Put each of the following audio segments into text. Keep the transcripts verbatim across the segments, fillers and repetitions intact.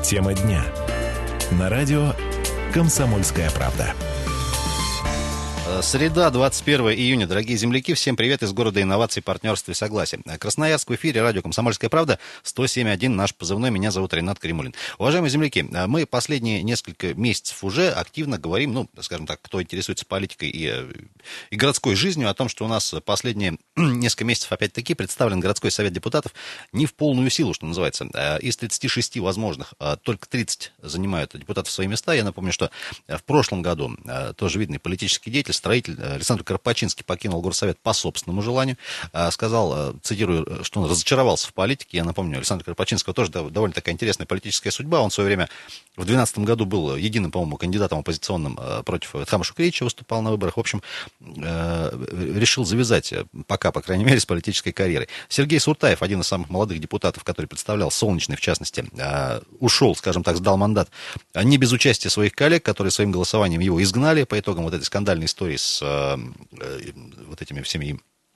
Тема дня. На радио «Комсомольская правда». Среда, двадцать первое июня. Дорогие земляки, всем привет из города инноваций, партнерства и согласия. Красноярск в эфире, радио «Комсомольская правда», сто семь и один, наш позывной. Меня зовут Ренат Каримулин. Уважаемые земляки, мы последние несколько месяцев уже активно говорим, ну, скажем так, кто интересуется политикой и, и городской жизнью, о том, что у нас последние несколько месяцев, опять-таки, представлен городской совет депутатов не в полную силу, что называется. Из тридцати шести возможных только тридцать занимают депутатов свои места. Я напомню, что в прошлом году тоже видный политический деятель, строитель Александр Карпачинский покинул горсовет по собственному желанию. Сказал, цитирую, что он разочаровался в политике. Я напомню, Александра Карпачинского тоже довольно такая интересная политическая судьба. Он в свое время в две тысячи двенадцатом году был единым, по-моему, кандидатом оппозиционным против Тхама Шукревича, выступал на выборах. В общем, решил завязать, пока, по крайней мере, с политической карьерой. Сергей Суртаев, один из самых молодых депутатов, который представлял Солнечный, в частности, ушел, скажем так, сдал мандат не без участия своих коллег, которые своим голосованием его изгнали по итогам вот этой скандальной истории с э, вот этими всеми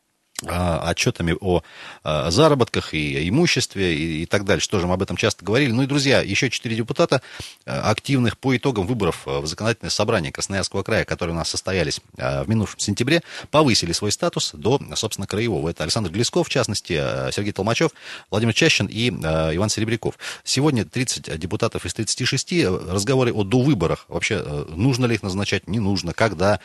отчетами о заработках и имуществе и, и так дальше. Тоже мы об этом часто говорили. Ну и, друзья, еще четыре депутата активных по итогам выборов в законодательное собрание Красноярского края, которые у нас состоялись в минувшем сентябре, повысили свой статус до, собственно, краевого. Это Александр Глесков, в частности, Сергей Толмачев, Владимир Чащин и Иван Серебряков. Сегодня тридцать депутатов из тридцати шести. Разговоры о довыборах. Вообще, нужно ли их назначать, не нужно, когда,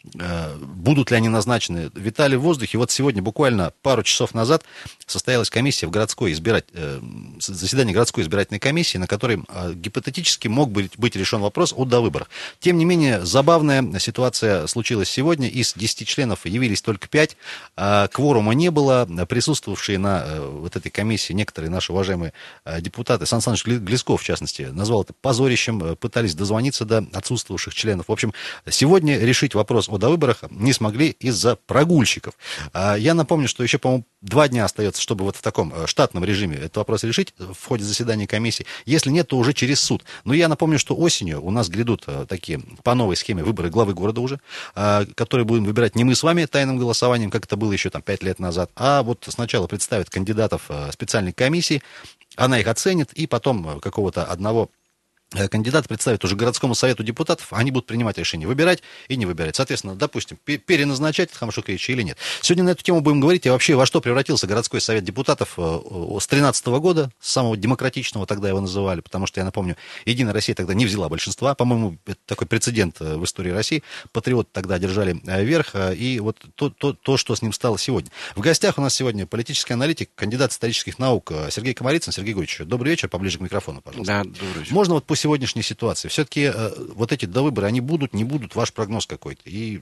будут ли они назначены, витали в воздухе. Вот сегодня буквально пару часов назад состоялась комиссия в городской избирать... заседание городской избирательной комиссии, на которой гипотетически мог быть, быть решен вопрос о довыборах. Тем не менее, забавная ситуация случилась сегодня. Из десяти членов явились только пять. Кворума не было. Присутствовавшие на вот этой комиссии некоторые наши уважаемые депутаты, Сан Саныч Глесков, в частности, назвал это позорищем, пытались дозвониться до отсутствовавших членов. В общем, сегодня решить вопрос о довыборах не смогли из-за прогульщиков. Я напомню, что еще, по-моему, два дня остается, чтобы вот в таком штатном режиме этот вопрос решить в ходе заседания комиссии. Если нет, то уже через суд. Но я напомню, что осенью у нас грядут такие по новой схеме выборы главы города уже, которые будем выбирать не мы с вами тайным голосованием, как это было еще там пять лет назад, а вот сначала представят кандидатов специальной комиссии, она их оценит, и потом какого-то одного кандидат представит уже городскому совету депутатов, они будут принимать решение, выбирать и не выбирать. Соответственно, допустим, переназначать Тхама Шукревича или нет. Сегодня на эту тему будем говорить, и вообще, во что превратился городской совет депутатов с тринадцатого года, с самого демократичного тогда его называли, потому что, я напомню, Единая Россия тогда не взяла большинства, по-моему, это такой прецедент в истории России, патриоты тогда держали верх, и вот то, то, то, что с ним стало сегодня. В гостях у нас сегодня политический аналитик, кандидат исторических наук Сергей Комарицын. Сергей Григорьевич, добрый вечер, поближе к микрофону, пожалуйста. Да, добрый вечер. Можно вот по сегодняшней ситуации. Все-таки э, вот эти довыборы, они будут, не будут, ваш прогноз какой-то? И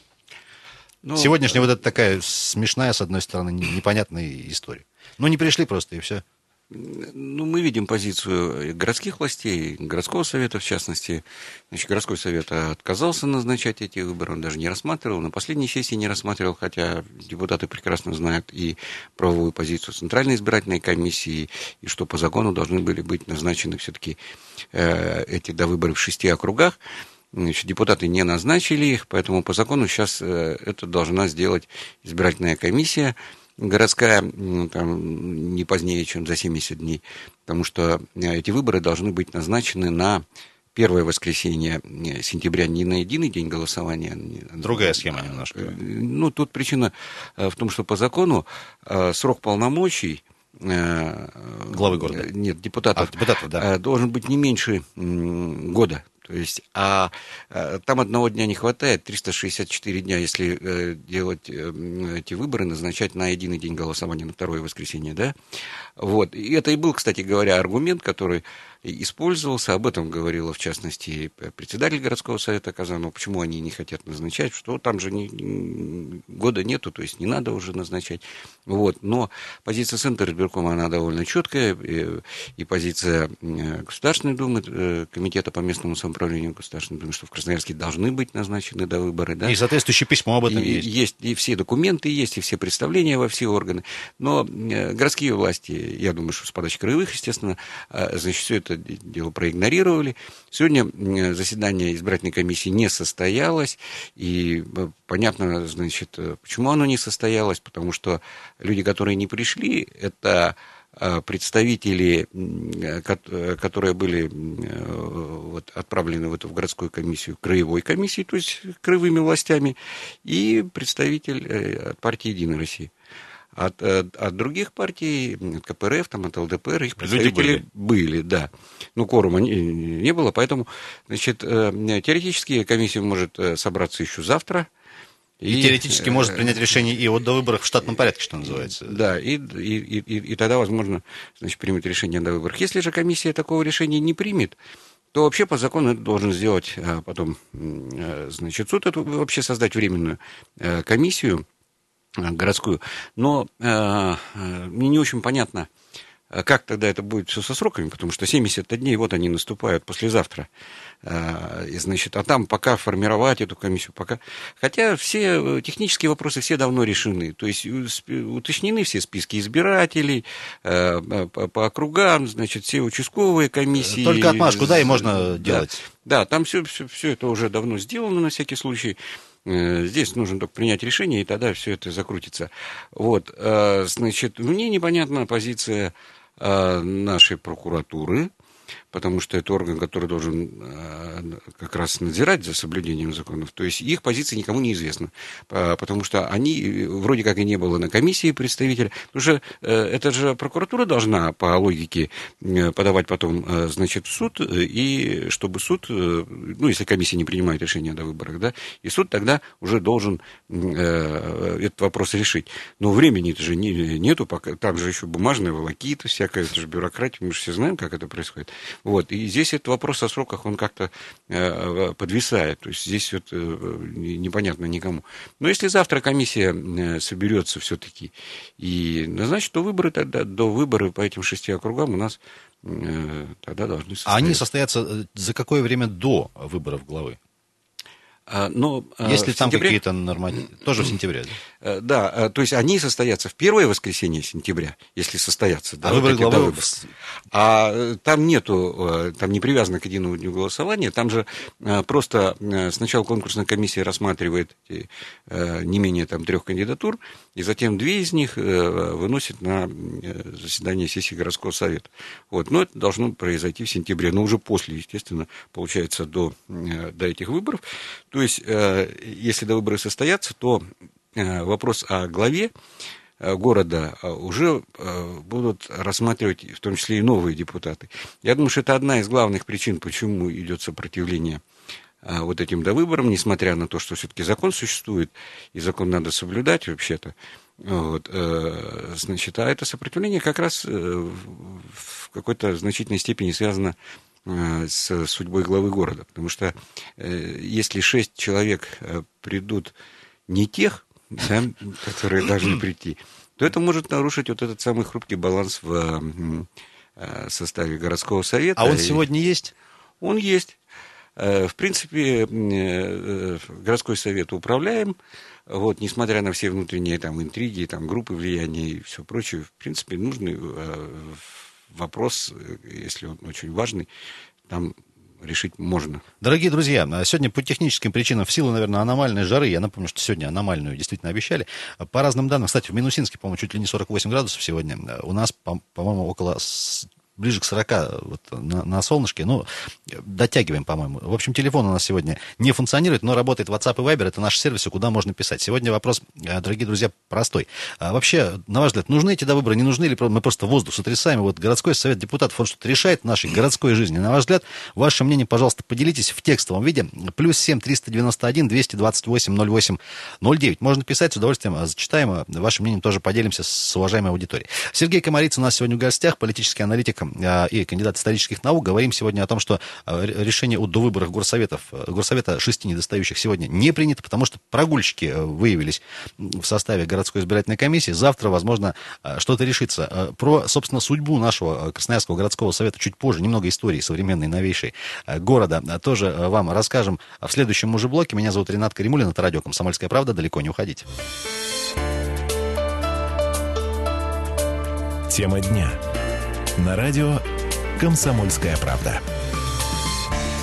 ну, сегодняшняя э... вот эта такая смешная, с одной стороны, непонятная история. Ну, не пришли просто, и все. Ну, мы видим позицию городских властей, городского совета, в частности. Значит, городской совет отказался назначать эти выборы, он даже не рассматривал, на последней сессии не рассматривал, хотя депутаты прекрасно знают и правовую позицию Центральной избирательной комиссии, и что по закону должны были быть назначены все-таки э, эти довыборы в шести округах. Значит, депутаты не назначили их, поэтому по закону сейчас э, это должна сделать избирательная комиссия городская, там, не позднее, чем за семьдесят дней, потому что эти выборы должны быть назначены на первое воскресенье сентября, не на единый день голосования. Другая схема немножко. Ну, тут причина в том, что по закону срок полномочий главы города. Нет, депутатов, а, депутатов да. должен быть не меньше года. То есть, а, а там одного дня не хватает, триста шестьдесят четыре дня, если э, делать э, эти выборы, назначать на единый день голосования, на второе воскресенье, да. Вот. И это и был, кстати говоря, аргумент, который использовался, об этом говорила, в частности, председатель городского совета Казанова, почему они не хотят назначать, что там же не, года нету, то есть не надо уже назначать. Вот. Но позиция Центра избиркома, она довольно четкая, и, и позиция Государственной Думы, Комитета по местному самоуправлению Государственной Думы, что в Красноярске должны быть назначены довыборы. Да? И соответствующее письмо об этом и, есть. Есть, и все документы есть, и все представления во все органы. Но городские власти, я думаю, что с подачи краевых, естественно, значит, все это дело проигнорировали. Сегодня заседание избирательной комиссии не состоялось, и понятно, значит, почему оно не состоялось, потому что люди, которые не пришли, это представители, которые были вот, отправлены в эту в городскую комиссию, краевой комиссии, то есть краевыми властями, и представитель от партии «Единая Россия». От, от, от других партий, от ка пэ эр эф, там, от эл дэ пэ эр, их представители были. были, да. Ну, кворума не, не было, поэтому, значит, теоретически комиссия может собраться еще завтра. И, и теоретически э, может принять решение и о довыборах в штатном порядке, что называется. Да, и, и, и, и тогда, возможно, значит, примет решение о довыборах. Если же комиссия такого решения не примет, то вообще по закону это должен сделать а потом, значит, суд, это вообще создать временную комиссию городскую, но э, мне не очень понятно, как тогда это будет все со сроками, потому что семьдесят дней, вот они наступают послезавтра, э, и, значит, а там пока формировать эту комиссию, пока... Хотя все технические вопросы все давно решены, то есть уточнены все списки избирателей, э, по, по округам, значит, все участковые комиссии... Только отмашку, да, и можно да, делать. Да, там все, все, все это уже давно сделано на всякий случай. Здесь нужно только принять решение, и тогда все это закрутится. Вот, значит, мне непонятна позиция нашей прокуратуры, потому что это орган, который должен как раз надзирать за соблюдением законов. То есть их позиция никому не известна, потому что они, вроде как и не было на комиссии представителя, потому что это же прокуратура должна по логике подавать потом, значит, в суд, и чтобы суд, ну, если комиссия не принимает решение о выборах, да, и суд тогда уже должен этот вопрос решить. Но времени-то же нету, пока, там же еще бумажная волокита всякая, это же бюрократия, мы же все знаем, как это происходит. Вот, и здесь этот вопрос о сроках, он как-то э, подвисает, то есть здесь вот, э, непонятно никому. Но если завтра комиссия э, соберется все-таки и назначит, то выборы тогда, до выборов по этим шести округам у нас э, тогда должны состояться. А они состоятся за какое время до выборов главы? Но, Если там сентябре... какие-то нормативы, тоже в сентябре, да? Да, то есть они состоятся в первое воскресенье сентября, если состоятся. Да, а выборы главы... Выборы. А там нету, там не привязано к единому дню голосования, там же просто сначала конкурсная комиссия рассматривает не менее там, трех кандидатур, и затем две из них выносит на заседание сессии городского совета. Вот. Но это должно произойти в сентябре, но уже после, естественно, получается, до, до этих выборов. То есть, если до выборов состоятся, то вопрос о главе города уже будут рассматривать, в том числе и новые депутаты. Я думаю, что это одна из главных причин, почему идет сопротивление вот этим довыборам, несмотря на то, что все-таки закон существует, и закон надо соблюдать вообще-то. Вот, значит, а это сопротивление как раз в какой-то значительной степени связано с судьбой главы города, потому что э, если шесть человек э, придут не тех, да, которые должны прийти, то это может нарушить вот этот самый хрупкий баланс в э, составе городского совета. А он сегодня и... есть? Он есть. Э, в принципе, э, городской совет управляем, вот, несмотря на все внутренние там, интриги, там, группы влияния и все прочее, в принципе, нужный э, вопрос, если он очень важный, там решить можно. Дорогие друзья, сегодня по техническим причинам, в силу, наверное, аномальной жары, я напомню, что сегодня аномальную действительно обещали, по разным данным, кстати, в Минусинске, по-моему, чуть ли не сорок восемь градусов сегодня, у нас, по-моему, около... ближе к сорока вот, на, на солнышке, ну, дотягиваем, по-моему. В общем, телефон у нас сегодня не функционирует, но работает WhatsApp и Viber, это наши сервисы, куда можно писать. Сегодня вопрос, дорогие друзья, простой. А вообще, на ваш взгляд, нужны эти довыборы, не нужны, или мы просто воздух сотрясаем? Вот городской совет депутатов, он что-то решает в нашей городской жизни. На ваш взгляд, ваше мнение, пожалуйста, поделитесь в текстовом виде. Плюс семь триста девяносто один двести двадцать восемь ноль восемь ноль девять. Можно писать, с удовольствием зачитаем. Вашим мнением тоже поделимся с уважаемой аудиторией. Сергей Комарицын у нас сегодня в гостях, политический аналитик и кандидат исторических наук. Говорим сегодня о том, что решение о довыборах горсоветов, горсовета шести недостающих сегодня не принято, потому что прогульщики выявились в составе городской избирательной комиссии. Завтра, возможно, что-то решится. Про, собственно, судьбу нашего Красноярского городского совета чуть позже, немного истории современной, новейшей города, тоже вам расскажем в следующем уже блоке. Меня зовут Ренат Каримулин, это радио «Комсомольская правда». Далеко не уходите. Тема дня. На радио «Комсомольская правда».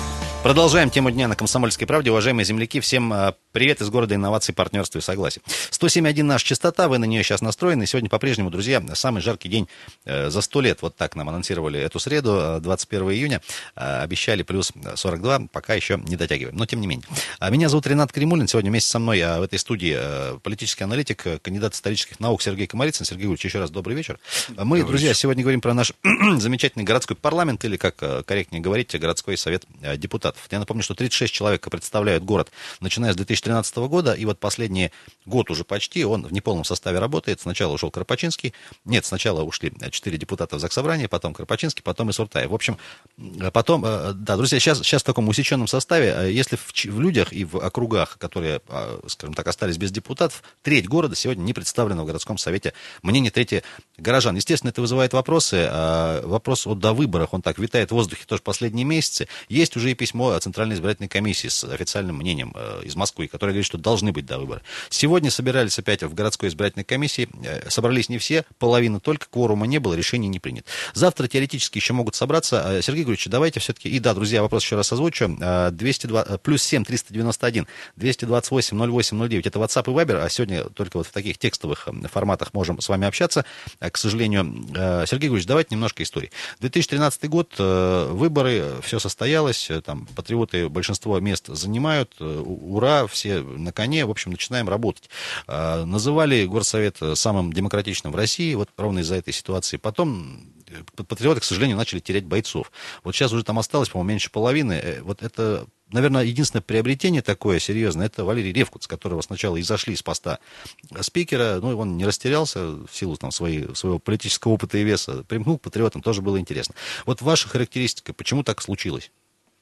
Продолжаем тему дня на «Комсомольской правде». Уважаемые земляки, всем привет из города инноваций, партнерства и согласия. сто семь и один наша частота, вы на нее сейчас настроены. Сегодня по-прежнему, друзья, самый жаркий день за сто лет. Вот так нам анонсировали эту среду, двадцать первого июня. Обещали плюс сорок два, пока еще не дотягиваем, но тем не менее. Меня зовут Ренат Каримуллин. Сегодня вместе со мной в этой студии политический аналитик, кандидат исторических наук Сергей Комарицын. Сергей Юрьевич, еще раз добрый вечер. Мы, добрый друзья, вечер. Сегодня говорим про наш замечательный городской парламент, или, как корректнее говорить, городской совет депутатов. Я напомню, что тридцать шесть человек представляют город, начиная с две тысячи тринадцатого года, и вот последний год уже почти он в неполном составе работает. Сначала ушел Карпачинский, нет, сначала ушли четыре депутата в Заксобрание, потом Карпачинский, потом Исуртаев. В общем, потом, да, друзья, сейчас, сейчас в таком усеченном составе, если в, в людях и в округах, которые, скажем так, остались без депутатов, треть города сегодня не представлена в городском совете, мнение трети горожан. Естественно, это вызывает вопросы. Вопрос о довыборах, он так витает в воздухе тоже последние месяцы. Есть уже и письмо о Центральной избирательной комиссии с официальным мнением э, из Москвы, которое говорит, что должны быть довыборы. Сегодня собирались опять в городской избирательной комиссии, э, собрались не все, половина только, кворума не было, решение не принято. Завтра теоретически еще могут собраться. Э, Сергей Григорьевич, давайте все-таки, и да, друзья, вопрос еще раз озвучу, э, двести два, плюс семь триста девяносто один двести двадцать восемь ноль восемь ноль девять, это WhatsApp и Viber, а сегодня только вот в таких текстовых форматах можем с вами общаться. К сожалению, э, Сергей Григорьевич, давайте немножко истории. две тысячи тринадцатый год, э, выборы, все состоялось, там, патриоты большинство мест занимают, ура, все на коне, в общем, начинаем работать. Называли горсовет самым демократичным в России, вот ровно из-за этой ситуации. Потом патриоты, к сожалению, начали терять бойцов. Вот сейчас уже там осталось, по-моему, меньше половины. Вот это, наверное, единственное приобретение такое серьезное, это Валерий Ревкуц, которого сначала изошли с поста спикера, ну, он не растерялся в силу там, своей, своего политического опыта и веса, примкнул к патриотам, тоже было интересно. Вот ваша характеристика, почему так случилось?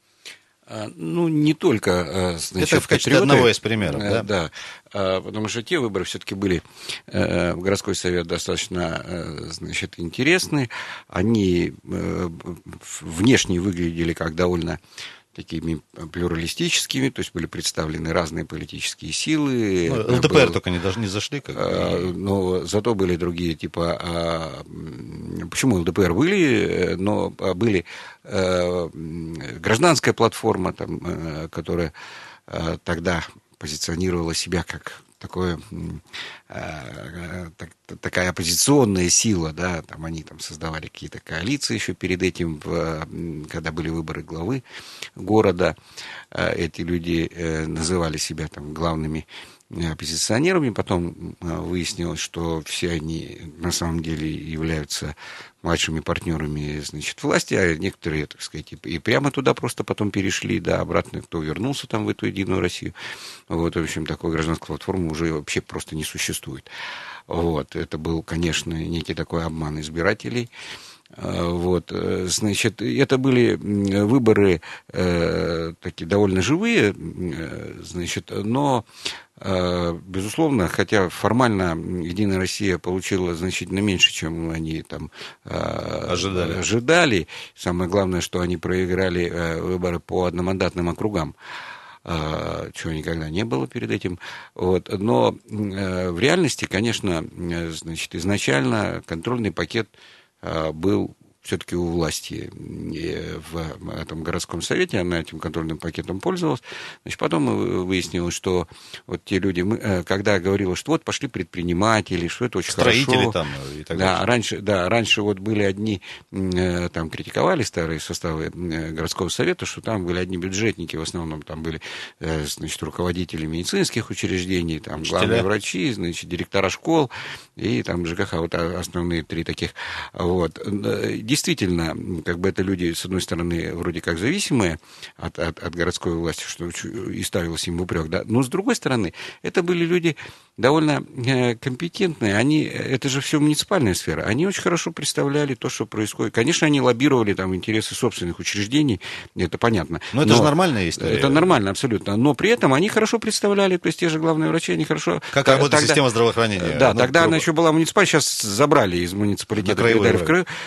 Ну, не только, значит, это в качестве патриоты, одного из примеров, да? Да, потому что те выборы все-таки были в городской совет достаточно, значит, интересны. Они внешне выглядели как довольно такими плюралистическими, то есть были представлены разные политические силы. Ну, ЛДПР был, только не, даже не зашли. Как... А, но зато были другие, типа... А, почему ЛДПР были? Но были а, гражданская платформа, там, а, которая а, тогда позиционировала себя как... такое, э, так, такая оппозиционная сила, да, там они там создавали какие-то коалиции еще перед этим, в, когда были выборы главы города, э, эти люди э, называли себя там главными оппозиционерами, потом выяснилось, что все они на самом деле являются младшими партнерами, значит, власти, а некоторые, так сказать, и прямо туда просто потом перешли, да, обратно, кто вернулся там в эту Единую Россию. Вот, в общем, такой гражданской платформы уже вообще просто не существует. Вот, это был, конечно, некий такой обман избирателей. Вот, значит, это были выборы э, такие довольно живые, э, значит, но, э, безусловно, хотя формально Единая Россия получила значительно меньше, чем они там э, ожидали. ожидали, самое главное, что они проиграли э, выборы по одномандатным округам, э, чего никогда не было перед этим, вот, но э, в реальности, конечно, э, значит, изначально контрольный пакет был все-таки у власти в этом городском совете, она этим контрольным пакетом пользовалась. Значит, потом выяснилось, что вот те люди, мы, когда говорила, что вот пошли предприниматели, что это очень строители хорошо. Там и так да, раньше, да, раньше вот были одни, там критиковали старые составы городского совета, что там были одни бюджетники, в основном там были, значит, руководители медицинских учреждений, там учителя, главные врачи, значит, директора школ и там ЖКХ, вот основные три таких. Вот. Действительно, как бы это люди, с одной стороны, вроде как зависимые от, от, от городской власти, что и ставилось им в упрек, да, но с другой стороны, это были люди довольно компетентные, они, это же все муниципальная сфера, они очень хорошо представляли то, что происходит. Конечно, они лоббировали там интересы собственных учреждений, это понятно. Но это но, же нормальная история. Это нормально, абсолютно. Но при этом они хорошо представляли, то есть те же главные врачи, они хорошо... Как т- работает тогда, система здравоохранения. Да, ну, тогда грубо. Она еще была муниципальной, сейчас забрали из муниципалитета, передали в Крым. Да,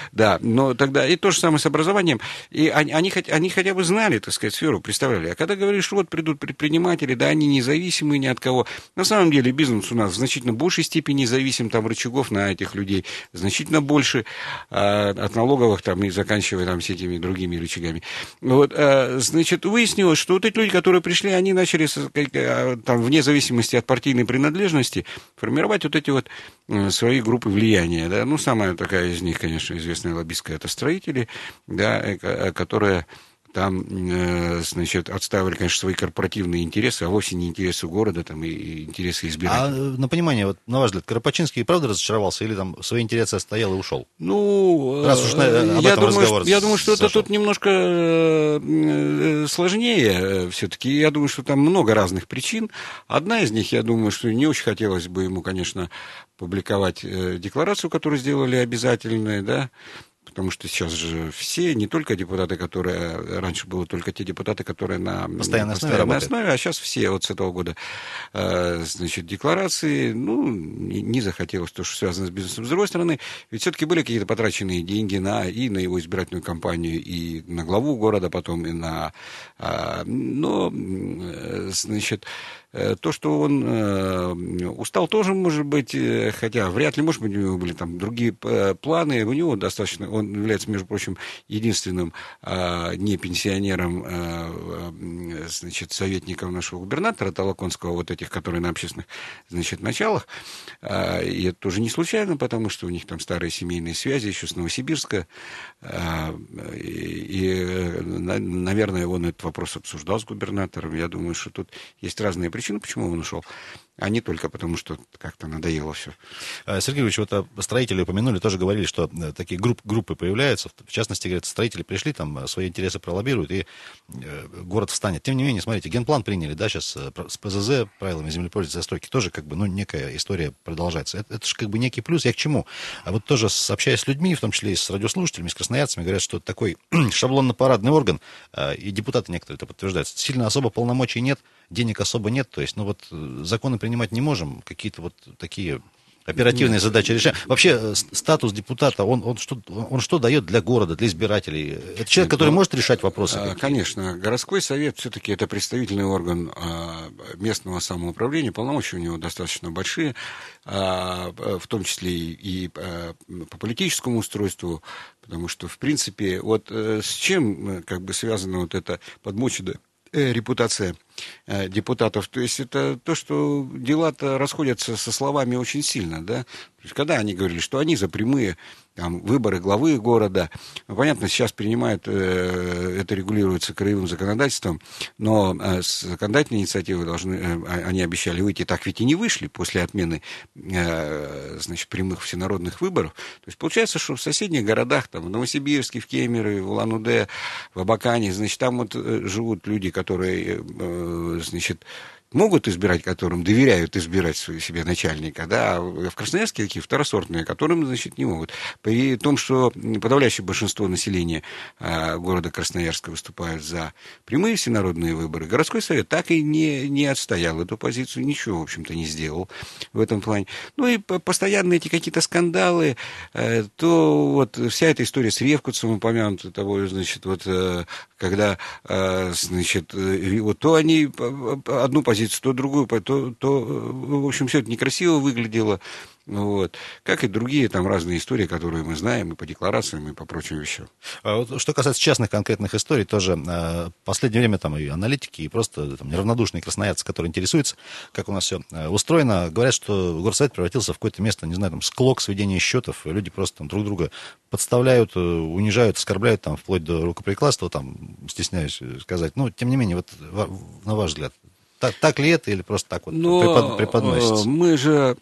но тогда и то же самое с образованием. И они, они, они хотя бы знали, так сказать, сферу, представляли. А когда говоришь, что вот придут предприниматели, да, они независимые ни от кого. На самом деле бизнес у нас в значительно большей степени зависим, там рычагов на этих людей значительно больше, а, от налоговых там и заканчивая там все этими другими рычагами. Вот, а, значит, выяснилось, что вот эти люди, которые пришли, они начали там, вне зависимости от партийной принадлежности формировать вот эти вот свои группы влияния, да, ну, самая такая из них, конечно, известная лоббистская, это строители, да, которые там, значит, отстаивали, конечно, свои корпоративные интересы, а вовсе не интересы города там, и интересы избирателей. А на понимание, вот, на ваш взгляд, Карпачинский правда разочаровался или там свои интересы отстоял и ушел? Ну, раз уж на, об я, этом думаю, разговор я думаю, что зашел. это тут немножко сложнее все-таки. Я думаю, что там много разных причин. Одна из них, я думаю, что не очень хотелось бы ему, конечно, публиковать декларацию, которую сделали обязательной, да, потому что сейчас же все, не только депутаты, которые... Раньше было только те депутаты, которые на постоянной основе, постоянной основе, а сейчас все вот с этого года, значит, декларации, ну, не захотелось то, что связано с бизнесом. С другой стороны, ведь все-таки были какие-то потраченные деньги на, и на его избирательную кампанию, и на главу города потом, и на... Но, значит... То, что он э, устал, тоже может быть, э, хотя вряд ли, может быть, у него были там другие э, планы. У него достаточно, он является, между прочим, единственным э, не пенсионером, э, значит, советником нашего губернатора Толоконского, вот этих, которые на общественных, значит, началах. Э, и это тоже не случайно, потому что у них там старые семейные связи еще с Новосибирска. Э, и, и, наверное, он этот вопрос обсуждал с губернатором. Я думаю, что тут есть разные причины. Причина, почему он ушел, а не только потому, что как-то надоело все. Сергей Ильич, вот строители упомянули, тоже говорили, что такие групп, группы появляются. В частности, говорят, строители пришли, там свои интересы пролоббируют, и город встанет. Тем не менее, смотрите, генплан приняли, да, сейчас с ПЗЗ, правилами землепользования застройки, тоже как бы, ну, некая история продолжается. Это, это же как бы некий плюс. Я к чему? А вот тоже общаясь с людьми, в том числе и с радиослушателями, с красноярцами, говорят, что такой шаблонно-парадный орган, и депутаты некоторые это подтверждают, сильно особо полномочий нет, денег особо нет, то есть, ну вот, законы принимать не можем, какие-то вот такие оперативные нет. задачи решаем. Вообще, статус депутата, он, он, что, он что дает для города, для избирателей? Это человек, который может решать вопросы? Какие? Конечно. Городской совет все-таки это представительный орган местного самоуправления, полномочия у него достаточно большие, в том числе и по политическому устройству, потому что, в принципе, вот с чем как бы связана вот эта подмоченная репутация депутатов, то есть это то, что дела-то расходятся со словами очень сильно, да, то есть когда они говорили, что они за прямые там, выборы главы города, ну, понятно, сейчас принимают, э, это регулируется краевым законодательством, но э, с законодательной инициативой должны, э, они обещали выйти, так ведь и не вышли после отмены, э, значит, прямых всенародных выборов, то есть получается, что в соседних городах, там, в Новосибирске, в Кемерово, в Улан-Удэ, в Абакане, значит, там вот э, живут люди, которые э, значит, могут избирать, которым доверяют избирать себе начальника, да, а в Красноярске такие второсортные, которым, значит, не могут. При том, что подавляющее большинство населения а, города Красноярска выступают за прямые всенародные выборы, городской совет так и не, не отстоял эту позицию, ничего, в общем-то, не сделал в этом плане. Ну и постоянно эти какие-то скандалы, э, то вот вся эта история с Ревкутцем упомянута, того, значит, вот, э, когда, э, значит, э, вот то они одну позицию, то другую, то, то, в общем, все это некрасиво выглядело, вот, как и другие там разные истории, которые мы знаем и по декларациям, и по прочим вещам. А вот, что касается частных конкретных историй, тоже в последнее время там и аналитики, и просто там, неравнодушные красноярцы, которые интересуются, как у нас все устроено, говорят, что горсовет превратился в какое-то место, не знаю, там, склок, сведения счетов, и люди просто там друг друга подставляют, унижают, оскорбляют, там, вплоть до рукоприкладства, там, стесняюсь сказать. Но, тем не менее, вот на ваш взгляд, Так, так ли это или просто так вот Но преподносится? Мы же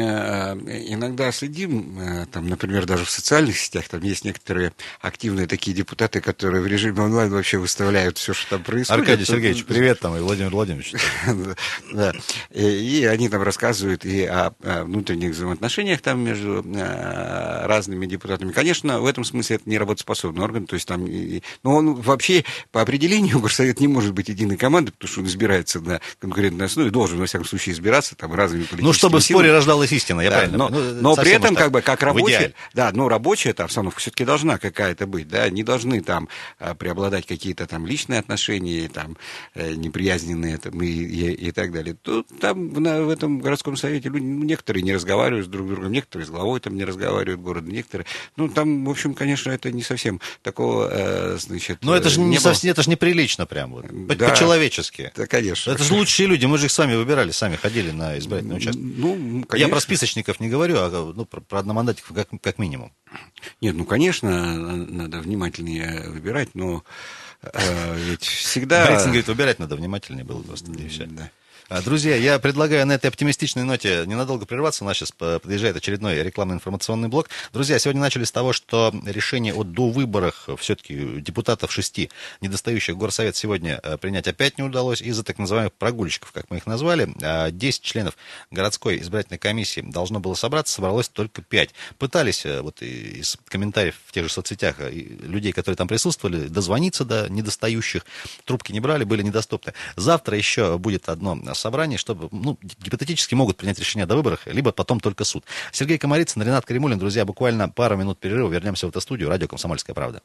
иногда следим, там, например, даже в социальных сетях, там есть некоторые активные такие депутаты, которые в режиме онлайн вообще выставляют все, что там происходит. Аркадий Сергеевич, привет, там, и Владимир Владимирович. Да, и они там рассказывают и о внутренних взаимоотношениях там между разными депутатами. Конечно, в этом смысле это не работоспособный орган, то есть там, но он вообще по определению горсовет не может быть единой командой, потому что он избирается на конкурентной основе должен, во всяком случае, избираться там разными политическими Ну, чтобы в силами. споре рождалась истина, я да, правильно но, ну, но при этом, как так, бы, как рабочая, да, но рабочая там обстановка все-таки должна какая-то быть, да, не должны там преобладать какие-то там личные отношения, там, неприязненные там, и, и, и так далее. Тут там в, в этом городском совете люди, некоторые не разговаривают друг с другом, некоторые с главой там не разговаривают города, некоторые, ну, там, в общем, конечно, это не совсем такого, э, значит... Но это же не, не совсем, это же неприлично прям, вот, да, по-человечески. Да, конечно. Это же лучшие люди, мы же их сами выбирали, сами ходили на избирательный участок. Ну, Я про списочников не говорю, а ну, про, про одномандатиков как, как минимум. Нет, ну, конечно, надо внимательнее выбирать, но э, ведь всегда... Борисовна говорит, выбирать надо внимательнее было просто, и все. Да. Друзья, я предлагаю на этой оптимистичной ноте ненадолго прерваться. У нас сейчас подъезжает очередной рекламно-информационный блок. Друзья, сегодня начали с того, что решение о довыборах все-таки депутатов шести недостающих горсовет сегодня принять опять не удалось из-за так называемых прогульщиков, как мы их назвали. Десять членов городской избирательной комиссии должно было собраться, собралось только пять. Пытались вот из комментариев в тех же соцсетях людей, которые там присутствовали, дозвониться до недостающих. Трубки не брали, были недоступны. Завтра еще будет одно собрание, чтобы, ну, гипотетически могут принять решение о довыборах, либо потом только суд. Сергей Комарицын, Ренат Каримулин. Друзья, буквально пару минут перерыва. Вернемся в эту студию. Радио «Комсомольская правда».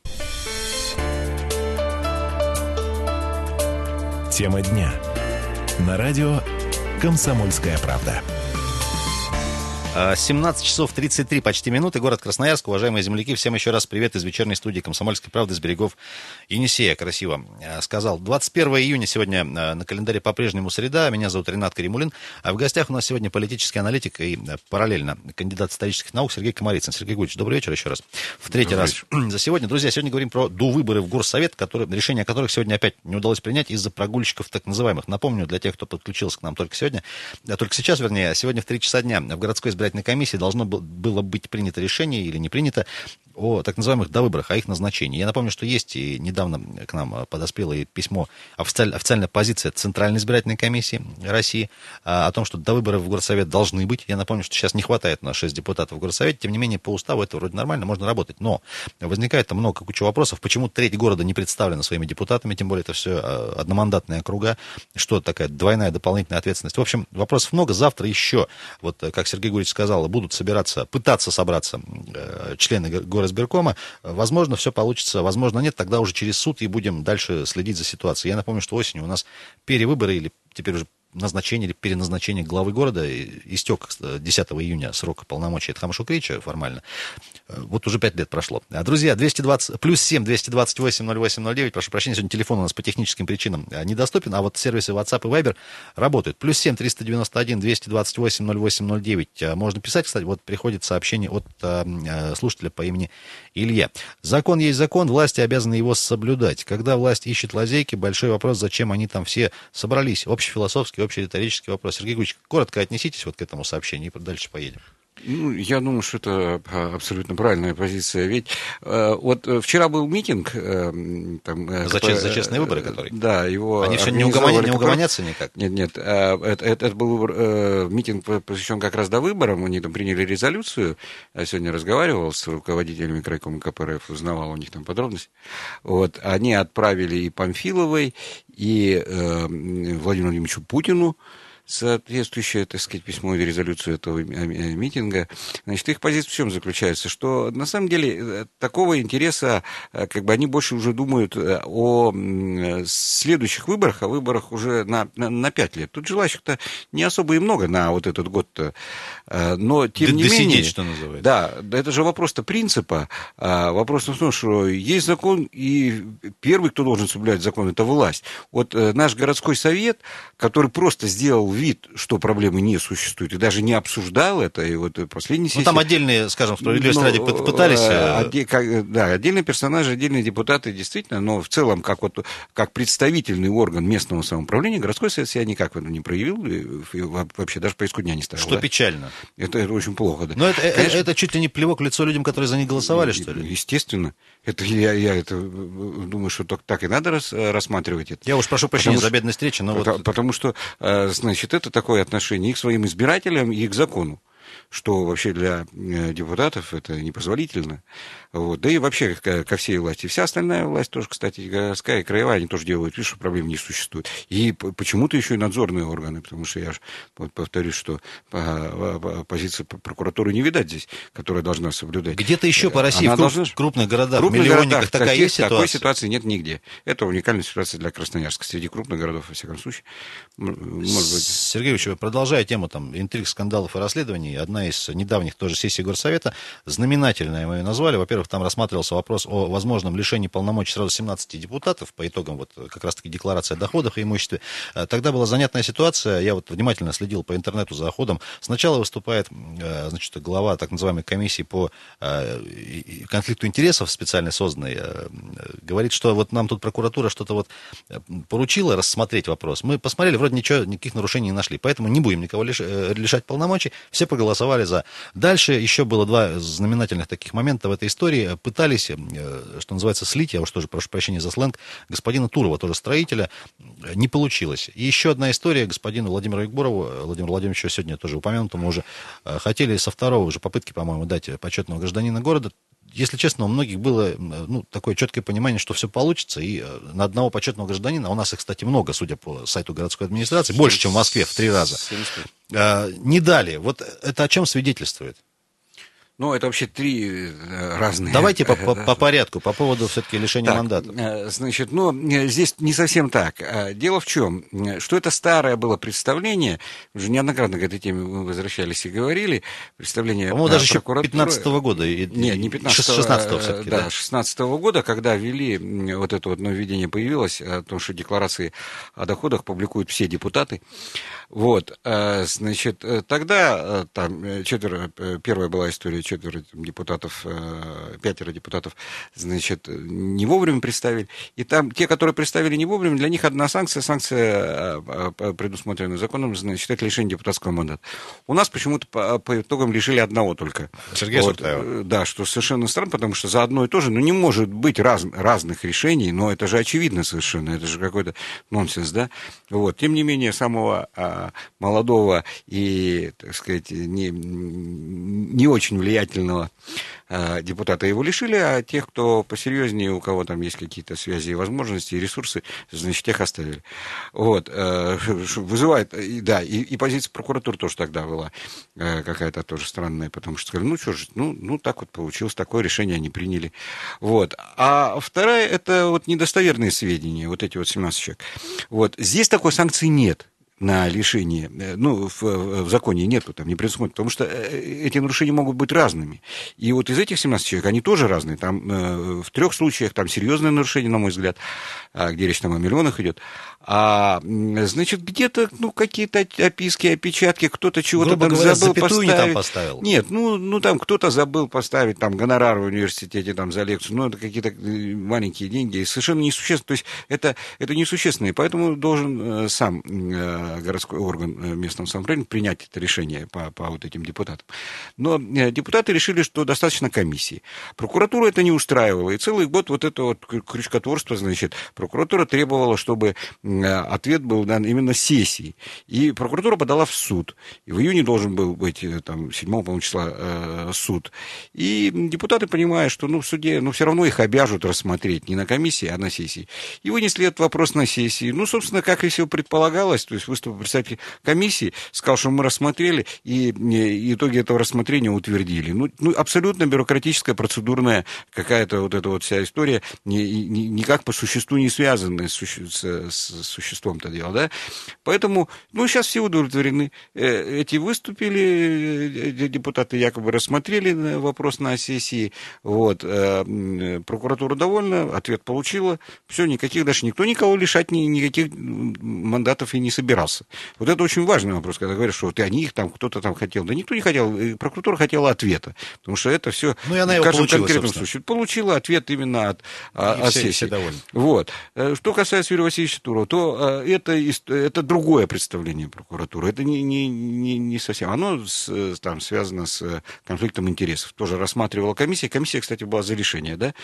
Тема дня. На радио «Комсомольская правда». семнадцать часов тридцать три почти минуты. Город Красноярск. Уважаемые земляки, всем еще раз привет из вечерней студии «Комсомольской правды» с берегов Енисея. Красиво сказал. двадцать первого июня сегодня на календаре по-прежнему среда. Меня зовут Ренат Каримулин. А в гостях у нас сегодня политический аналитик и параллельно кандидат исторических наук Сергей Комарицын. Сергей Гульевич, добрый вечер еще раз. В третий добрый раз вечер. За сегодня. Друзья, сегодня говорим про довыборы в Горсовет, которые, решение которых сегодня опять не удалось принять из-за прогульщиков так называемых. Напомню, для тех, кто подключился к нам только сегодня, только сейчас, вернее, сегодня в три часа дня в городской избирательной комиссии должно было быть принято решение или не принято о так называемых довыборах, о их назначении. Я напомню, что есть и недавно к нам подоспело и письмо, официаль, официальная позиция Центральной избирательной комиссии России о том, что довыборы в Горсовет должны быть. Я напомню, что сейчас не хватает на шесть депутатов в Горсовете, тем не менее по уставу это вроде нормально, можно работать. Но возникает там много куча вопросов, почему треть города не представлена своими депутатами, тем более это все одномандатные округа, что такая двойная дополнительная ответственность. В общем, вопросов много. Завтра еще, вот как Сергей Гурьевич сказал, будут собираться, пытаться собраться э, члены горосбиркома. Возможно, все получится, возможно, нет. Тогда уже через суд и будем дальше следить за ситуацией. Я напомню, что осенью у нас перевыборы или теперь уже назначение или переназначение главы города истек десятого июня срок полномочий Эдхама Шукрича формально. Вот уже пять лет прошло. Друзья, двести двадцать, плюс семь двести двадцать восемь ноль восемь ноль девять, прошу прощения, сегодня телефон у нас по техническим причинам недоступен, а вот сервисы WhatsApp и Viber работают. Плюс семь триста девяносто один двести двадцать восемь ноль восемь ноль девять. Можно писать, кстати, вот приходит сообщение от э, слушателя по имени Илья. Закон есть закон, власти обязаны его соблюдать. Когда власть ищет лазейки, большой вопрос, зачем они там все собрались. Общефилософский, общий риторический вопрос. Сергей Гурьевич, коротко отнеситесь вот к этому сообщению и дальше поедем. Ну, я думаю, что это абсолютно правильная позиция. Ведь э, вот вчера был митинг... Э, там, э, за, чест, за честные выборы, который? Да, его... Они все не, угомоня, не угомонятся никак? Нет, нет. Э, это, это был э, митинг, посвящен как раз до выборам. Они там приняли резолюцию. Я сегодня разговаривал с руководителями крайкома КПРФ, узнавал у них там подробности. Вот. Они отправили и Памфиловой, и э, Владимиру Владимировичу Путину соответствующее, так сказать, письмо и резолюцию этого митинга. Значит, их позиция в чем заключается? Что, на самом деле, такого интереса, как бы, они больше уже думают о следующих выборах, о выборах уже на, на, на пять лет. Тут желающих-то не особо и много на вот этот год-то. Но, тем не досидеть, менее... что называется. Да, это же вопрос-то принципа. Вопрос в том, что есть закон, и первый, кто должен соблюдать закон, это власть. Вот наш городской совет, который просто сделал вид, что проблемы не существует, и даже не обсуждал это, и вот последний сессии... Ну, там отдельные, скажем, справедливости ради пытались... Отде, как, да, отдельные персонажи, отдельные депутаты, действительно, но в целом, как, вот, как представительный орган местного самоуправления, городской совет себя никак в этом не проявил, и вообще даже повестку дня не ставил. Что да? Печально. Это, это очень плохо, да. Но это, Конечно, это чуть ли не плевок в лицо людям, которые за них голосовали, что ли? Естественно. Это, я, я это, думаю, что так, так и надо рас, рассматривать это. Я уж прошу прощения потому, за бедность речи, но потому, вот... Потому что, значит, это такое отношение и к своим избирателям, и к закону. что вообще для депутатов это непозволительно. Вот. Да и вообще ко всей власти. Вся остальная власть тоже, кстати, городская и краевая, они тоже делают вид, что проблем не существует. И почему-то еще и надзорные органы, потому что я же повторюсь, что позиция прокуратуры не видать здесь, которая должна соблюдать. Где-то еще по России, Она в круп, должна... крупных городах, крупных миллионниках городах, такая таких, есть ситуация? Такой ситуации нет нигде. Это уникальная ситуация для Красноярска. Среди крупных городов, во всяком случае, может быть. Сергей Ильич, продолжая тему там, интриг, скандалов и расследований, одна из недавних тоже сессий Горсовета, знаменательная мы ее назвали. Во-первых, там рассматривался вопрос о возможном лишении полномочий сразу семнадцати депутатов по итогам вот как раз-таки декларации о доходах и имуществе. Тогда была занятная ситуация, я вот внимательно следил по интернету за ходом. Сначала выступает, значит, глава так называемой комиссии по конфликту интересов, специально созданной, говорит, что вот нам тут прокуратура что-то вот поручила рассмотреть вопрос. Мы посмотрели, вроде ничего, никаких нарушений не нашли, поэтому не будем никого лиш, лишать полномочий. Все проголосовали за. Дальше еще было два знаменательных таких момента в этой истории. Пытались, что называется, слить, я уж тоже прошу прощения за сленг, господина Турова, тоже строителя. Не получилось. И еще одна история. Господину Владимиру Егорову, Владимиру Владимировичу сегодня тоже упомянутому уже, хотели со второго уже попытки, по-моему, дать почетного гражданина города. Если честно, у многих было ну, такое четкое понимание, что все получится, и на одного почетного гражданина, а у нас их, кстати, много, судя по сайту городской администрации, больше, чем в Москве, в три раза, не дали. Вот это о чем свидетельствует? Ну, это вообще три разные... Давайте по, по, по порядку, по поводу все-таки лишения так, мандата. Значит, ну, здесь не совсем так. Дело в чем? Что это старое было представление, уже неоднократно к этой теме мы возвращались и говорили, представление По-моему, даже еще прокуратуры... пятнадцатого года. И... Не, не пятнадцатого, шестнадцатого все-таки, да, да. шестнадцатого года, когда ввели, вот это вот нововведение появилось, о том, что декларации о доходах публикуют все депутаты. Вот, значит, тогда там четверо, первая была история, четверо депутатов, пятеро депутатов, значит, не вовремя представили. И там те, которые представили не вовремя, для них одна санкция, санкция, предусмотренная законом, значит, это лишение депутатского мандата. У нас почему-то по, по итогам лишили одного только. Сергей вот, Суртаева. Да, что совершенно странно, потому что за одно и то же, ну, не может быть раз, разных решений, но это же очевидно совершенно, это же какой-то нонсенс, да. Вот, тем не менее, самого молодого и, так сказать, не, не очень влиятельного депутата его лишили, а тех, кто посерьезнее, у кого там есть какие-то связи и возможности, и ресурсы, значит, тех оставили. Вот. Вызывает, да, и, и позиция прокуратуры тоже тогда была какая-то тоже странная, потому что сказали, ну, что же, ну, ну, так вот получилось, такое решение они приняли. Вот. А вторая, это вот недостоверные сведения, вот эти вот семнадцать человек. Вот. Здесь такой санкции нет на лишение, ну, в, в законе нету, там не предусмотрено, потому что эти нарушения могут быть разными. И вот из этих семнадцати человек, они тоже разные. Там э, в трех случаях там серьезное нарушение, на мой взгляд, где речь там о миллионах идет. А, значит, где-то, ну, какие-то описки, опечатки, кто-то чего-то там говоря, забыл поставить. Не там поставил. Нет, ну, ну, там кто-то забыл поставить там гонорар в университете там за лекцию, ну, это какие-то маленькие деньги, совершенно несущественные. То есть это, это несущественно, и поэтому должен э, сам э, городской орган местного самоуправления принять это решение по, по вот этим депутатам. Но э, депутаты решили, что достаточно комиссии. Прокуратура это не устраивала, и целый год вот это вот крючкотворство, значит, прокуратура требовала, чтобы ответ был дан именно сессии. И прокуратура подала в суд. И в июне должен был быть там, седьмого, по-моему, числа э, суд. И депутаты, понимая, что ну, в суде ну, все равно их обяжут рассмотреть не на комиссии, а на сессии. И вынесли этот вопрос на сессии. Ну, собственно, как и все предполагалось, то есть выступил представитель комиссии, сказал, что мы рассмотрели, и, и итоги этого рассмотрения утвердили. Ну, ну, абсолютно бюрократическая, процедурная какая-то вот эта вот вся история, ни, ни, никак по существу не связанная с, с, с существом-то дела, да. Поэтому, ну, сейчас все удовлетворены. Эти выступили, депутаты якобы рассмотрели вопрос на сессии, вот, прокуратура довольна, ответ получила, все, никаких, даже никто никого лишать ни, никаких мандатов и не собирался. Вот это очень важный вопрос, когда говорят, что вот и они их там, кто-то там хотел, да никто не хотел, прокуратура хотела ответа, потому что это все, ну, и она в его каждом получила, конкретном собственно. случае, получила ответ именно от, от все, сессии. Все довольны. Вот. Что касается Юрия Васильевича Турова, то это, это другое представление прокуратуры. Это не, не, не, не совсем. Оно с, там, связано с конфликтом интересов. Тоже рассматривала комиссия. Комиссия, кстати, была за решение, да?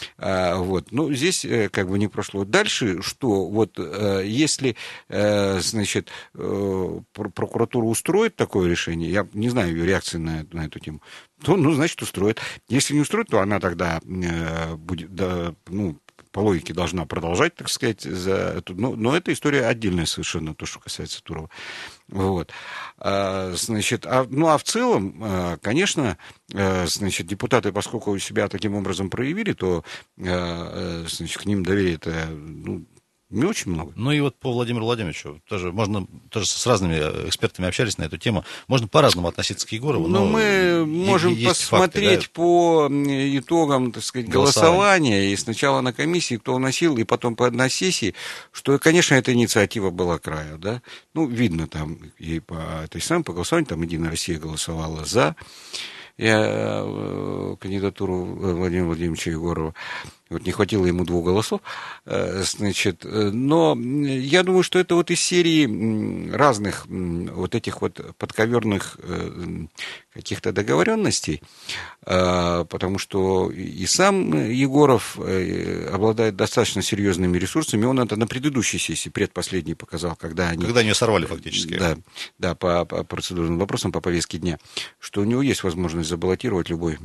А, вот. Ну, здесь как бы не прошло. Дальше, что вот если, значит, значит, прокуратура устроит такое решение, я не знаю ее реакции на, на эту тему, то, ну, значит, устроит. Если не устроит, то она тогда будет, да, ну, по логике должна продолжать, так сказать, за эту. Но, но эта история отдельная совершенно, то, что касается Турова. Вот. А, значит, а, ну, а в целом, конечно, значит, депутаты, поскольку себя таким образом проявили, то, значит, к ним доверие-то, ну, не очень много. Ну и вот по Владимиру Владимировичу тоже можно, тоже с разными экспертами общались на эту тему. Можно по-разному относиться к Егорову. Ну, мы можем посмотреть факты, да? По итогам, так сказать, голосования, и сначала на комиссии, кто вносил, и потом на сессии, что, конечно, эта инициатива была края, да. Ну, видно там и по этой самой, по голосованию, там Единая Россия голосовала за я, кандидатуру Владимира Владимировича Егорова. Вот не хватило ему двух голосов, значит, но я думаю, что это вот из серии разных вот этих вот подковерных каких-то договоренностей, потому что и сам Егоров обладает достаточно серьезными ресурсами, он это на предыдущей сессии, предпоследней показал, когда они... Когда они ее сорвали фактически. Да, да, по, по процедурным вопросам, по повестке дня, что у него есть возможность забаллотировать любой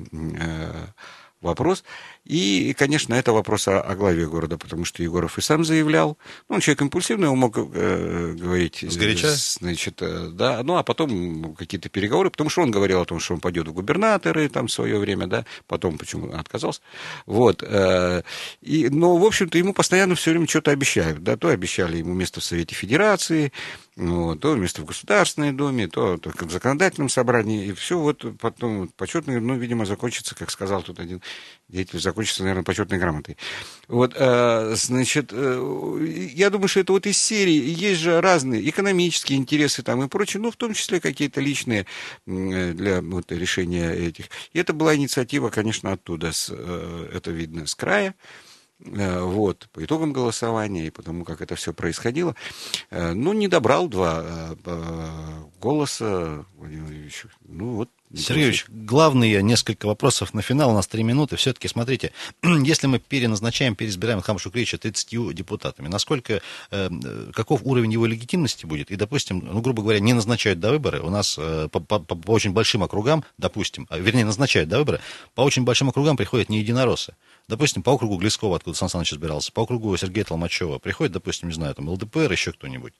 вопрос. И, конечно, это вопрос о, о главе города, потому что Егоров и сам заявлял. Ну, он человек импульсивный, он мог э, говорить... Сгоряча? Значит, да, ну, а потом какие-то переговоры, потому что он говорил о том, что он пойдет в губернаторы там в свое время, да, потом почему отказался. Вот. Э, и, но, в общем-то, ему постоянно все время что-то обещают, да, то обещали ему место в Совете Федерации, ну, то место в Государственной Думе, то, то в законодательном собрании, и все вот потом почетное, ну, видимо, закончится, как сказал тут один деятель, закончится, наверное, почетной грамотой. Вот, э, значит, э, я думаю, что это вот из серии, есть же разные экономические интересы там и прочее, ну, в том числе какие-то личные э, для вот, решения этих. И это была инициатива, конечно, оттуда, с, э, это видно с края. Вот, по итогам голосования и потому, как это все происходило. Ну, не добрал два голоса Владимир Владимирович. Ну, вот. Сергей Ильич, главные несколько вопросов на финал, у нас три минуты. Все-таки, смотрите, если мы переназначаем, переизбираем Илхама Шукриевича тридцатью депутатами, насколько, э, каков уровень его легитимности будет? И, допустим, ну, грубо говоря, не назначают до выборы, у нас э, по, по, по очень большим округам, допустим, вернее, назначают до выборы, по очень большим округам приходят не единороссы. Допустим, по округу Глескова, откуда Сан Саныч избирался, по округу Сергея Толмачева приходит, допустим, не знаю, там, ЛДПР, еще кто-нибудь.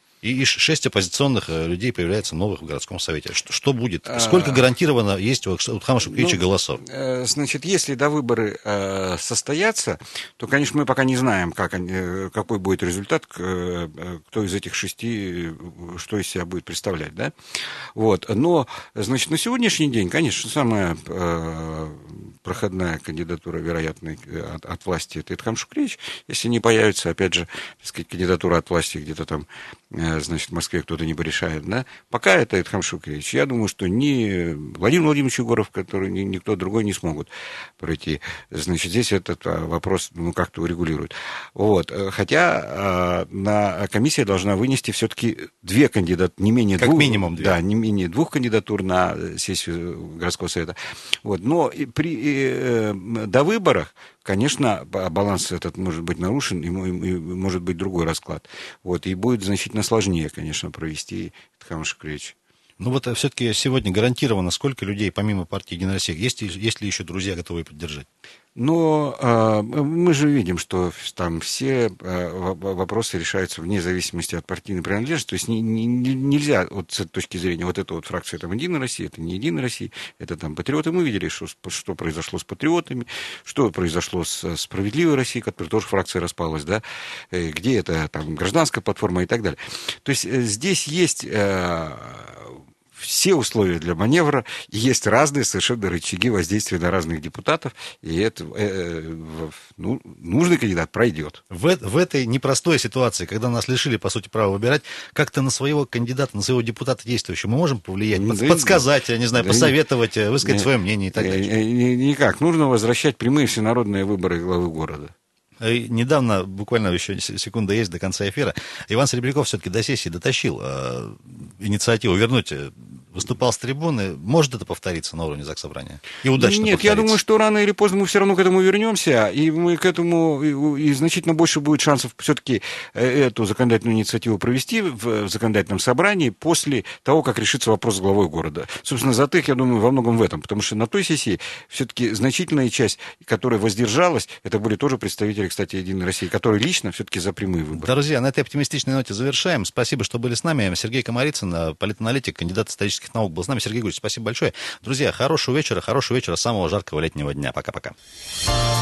И шесть оппозиционных людей появляется новых в городском совете. Что, что будет? Сколько гарантированно есть у Илхама Шукриевича ну, голосов? Значит, если до выборы э, состоятся, то, конечно, мы пока не знаем, как они, какой будет результат, кто из этих шести, что из себя будет представлять, да? Вот. Но, значит, на сегодняшний день, конечно, самая э, проходная кандидатура, вероятно, от, от власти, это Илхам Шукриевич. Если не появится, опять же, так сказать, кандидатура от власти где-то там, значит, в Москве кто-то не порешает, да, пока это Илхам Шукриевич. Я думаю, что ни Владимир Владимирович Егоров, который ни, никто другой не смогут пройти. Значит, здесь этот вопрос, ну, как-то урегулирует. Вот. Хотя на комиссия должна вынести все-таки две кандидатуры, не менее как двух. минимум две. Да, не менее двух кандидатур на сессию городского совета. Вот. Но при, э, до выборов, конечно, баланс этот может быть нарушен, и может быть другой расклад. Вот. И будет значительно сложнее, конечно, провести Илхама Шукриевича. Ну вот все-таки сегодня гарантированно сколько людей, помимо партии Единая Россия, есть, есть ли еще друзья, готовые поддержать? Но э, мы же видим, что там все э, вопросы решаются вне зависимости от партийной принадлежности. То есть не, не, нельзя вот с этой точки зрения, вот эта вот фракция там Единая Россия, это не Единая Россия, это там Патриоты. Мы видели, что, что произошло с Патриотами, что произошло с Справедливой Россией, которая тоже фракция распалась, да, где это там гражданская платформа и так далее. То есть здесь есть... Э, все условия для маневра, и есть разные совершенно рычаги воздействия на разных депутатов, и это, э, ну, нужный кандидат пройдет. В, в этой непростой ситуации, когда нас лишили, по сути, права выбирать, как-то на своего кандидата, на своего депутата действующего мы можем повлиять, да, подсказать, я не знаю, да, посоветовать, высказать да, свое мнение и так далее? Никак. Нужно возвращать прямые всенародные выборы главы города. Недавно, буквально еще секунда есть до конца эфира, Иван Серебряков все-таки до сессии дотащил э, инициативу вернуть выступал с трибуны. Может это повториться на уровне Заксобрания? И удачно Нет, повториться? я думаю, что рано или поздно мы все равно к этому вернемся, и мы к этому, и, и значительно больше будет шансов все-таки эту законодательную инициативу провести в, в законодательном собрании после того, как решится вопрос с главой города. Собственно, затык, я думаю, во многом в этом, потому что на той сессии все-таки значительная часть, которая воздержалась, это были тоже представители, кстати, Единой России, которые лично все-таки за прямые выборы. Друзья, на этой оптимистичной ноте завершаем. Спасибо, что были с нами. Сергей Комарицын, политаналитик, кандидат исторических наук, был с нами. Сергей Гурьевич, спасибо большое. Друзья, хорошего вечера, хорошего вечера, самого жаркого летнего дня. Пока-пока.